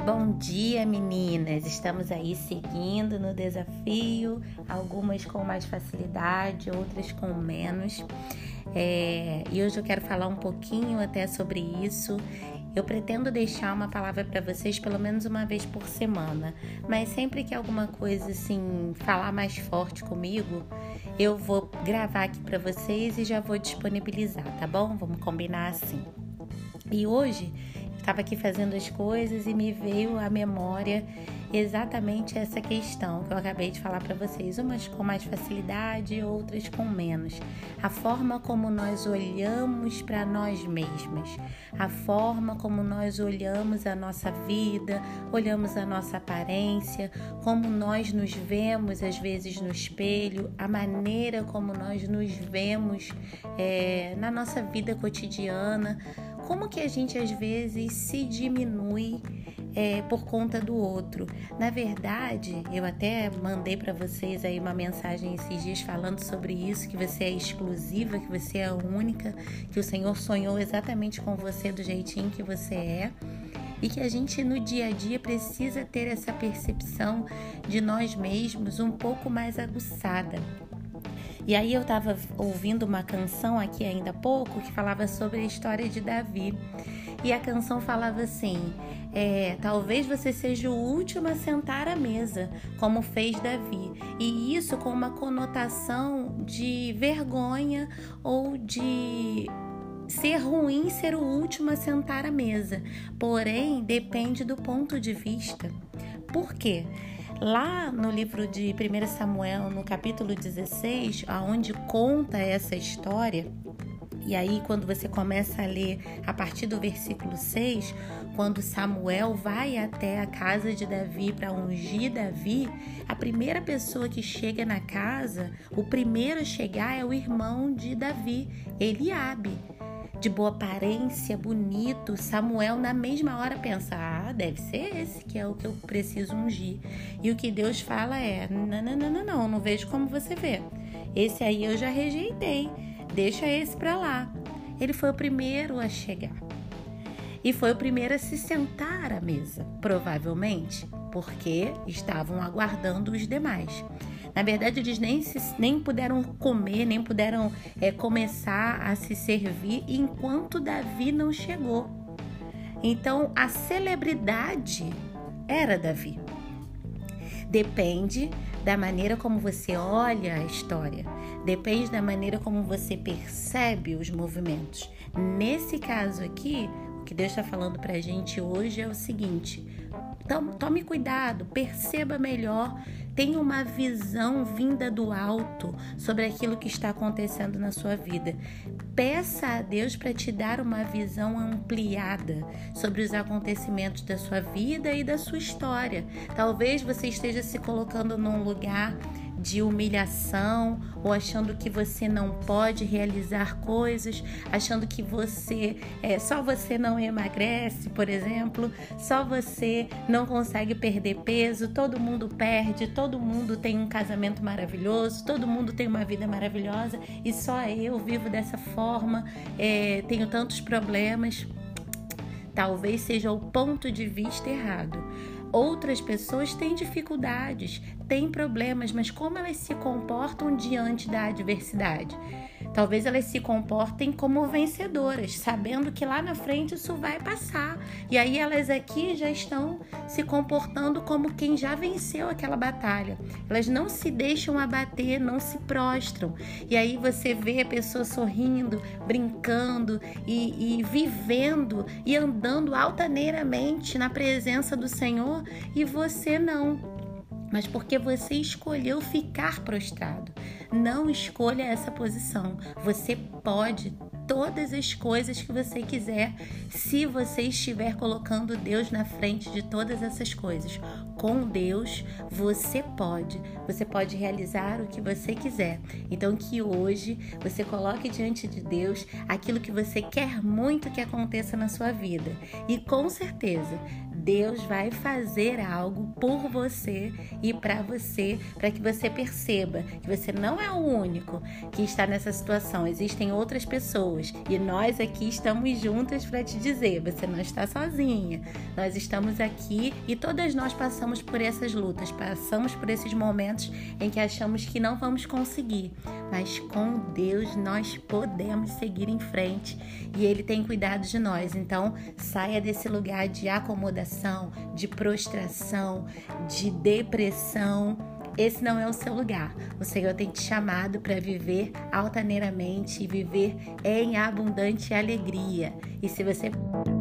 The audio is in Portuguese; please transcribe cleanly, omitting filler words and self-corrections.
Bom dia, meninas! Estamos aí seguindo no desafio, algumas com mais facilidade, outras com menos. E hoje eu quero falar um pouquinho até sobre isso. Eu pretendo deixar uma palavra para vocês pelo menos uma vez por semana, mas sempre que alguma coisa assim falar mais forte comigo, eu vou gravar aqui para vocês e já vou disponibilizar, tá bom? Vamos combinar assim. E hoje estava aqui fazendo as coisas e me veio à memória exatamente essa questão que eu acabei de falar para vocês, umas com mais facilidade, outras com menos. A forma como nós olhamos para nós mesmas, a forma como nós olhamos a nossa vida, olhamos a nossa aparência, como nós nos vemos às vezes no espelho, a maneira como nós nos vemos na nossa vida cotidiana. Como que a gente às vezes se diminui por conta do outro? Na verdade, eu até mandei para vocês aí uma mensagem esses dias falando sobre isso, que você é exclusiva, que você é a única, que o Senhor sonhou exatamente com você do jeitinho que você é. E que a gente no dia a dia precisa ter essa percepção de nós mesmos um pouco mais aguçada. E aí eu estava ouvindo uma canção aqui ainda há pouco que falava sobre a história de Davi. E a canção falava assim, talvez você seja o último a sentar à mesa, como fez Davi. E isso com uma conotação de vergonha ou de ser ruim ser o último a sentar à mesa. Porém, depende do ponto de vista. Por quê? Lá no livro de 1 Samuel, no capítulo 16, onde conta essa história, e aí quando você começa a ler a partir do versículo 6, quando Samuel vai até a casa de Davi para ungir Davi, a primeira pessoa que chega na casa, o primeiro a chegar é o irmão de Davi, Eliabe. De boa aparência, bonito. Samuel na mesma hora pensa, deve ser esse que é o que eu preciso ungir. E o que Deus fala é, não vejo como você vê. Esse aí eu já rejeitei, deixa esse pra lá. Ele foi o primeiro a chegar. E foi o primeiro a se sentar à mesa, provavelmente, porque estavam aguardando os demais. Na verdade, eles nem puderam comer, nem puderam começar a se servir enquanto Davi não chegou. Então, a celebridade era Davi. Depende da maneira como você olha a história. Depende da maneira como você percebe os movimentos. Nesse caso aqui, o que Deus está falando para a gente hoje é o seguinte: tome cuidado, perceba melhor, tenha uma visão vinda do alto sobre aquilo que está acontecendo na sua vida. Peça a Deus para te dar uma visão ampliada sobre os acontecimentos da sua vida e da sua história. Talvez você esteja se colocando num lugar de humilhação, ou achando que você não pode realizar coisas, achando que só você não emagrece, por exemplo, só você não consegue perder peso, todo mundo perde, todo mundo tem um casamento maravilhoso, todo mundo tem uma vida maravilhosa e só eu vivo dessa forma, tenho tantos problemas. Talvez seja o ponto de vista errado. Outras pessoas têm dificuldades, têm problemas, mas como elas se comportam diante da adversidade? Talvez elas se comportem como vencedoras, sabendo que lá na frente isso vai passar. E aí elas aqui já estão se comportando como quem já venceu aquela batalha. Elas não se deixam abater, não se prostram. E aí você vê a pessoa sorrindo, brincando e vivendo e andando altaneiramente na presença do Senhor, e você não. Mas porque você escolheu ficar prostrado. Não escolha essa posição. Você pode todas as coisas que você quiser se você estiver colocando Deus na frente de todas essas coisas. Com Deus, você pode realizar o que você quiser. Então que hoje você coloque diante de Deus aquilo que você quer muito que aconteça na sua vida. E com certeza, Deus vai fazer algo por você e para que você perceba que você não é o único que está nessa situação. Existem outras pessoas e nós aqui estamos juntas para te dizer, você não está sozinha. Nós estamos aqui e todas nós passamos por essas lutas, passamos por esses momentos em que achamos que não vamos conseguir, mas com Deus nós podemos seguir em frente e Ele tem cuidado de nós. Então saia desse lugar de acomodação, de prostração, de depressão. Esse não é o seu lugar. O Senhor tem te chamado para viver altaneiramente e viver em abundante alegria. E se você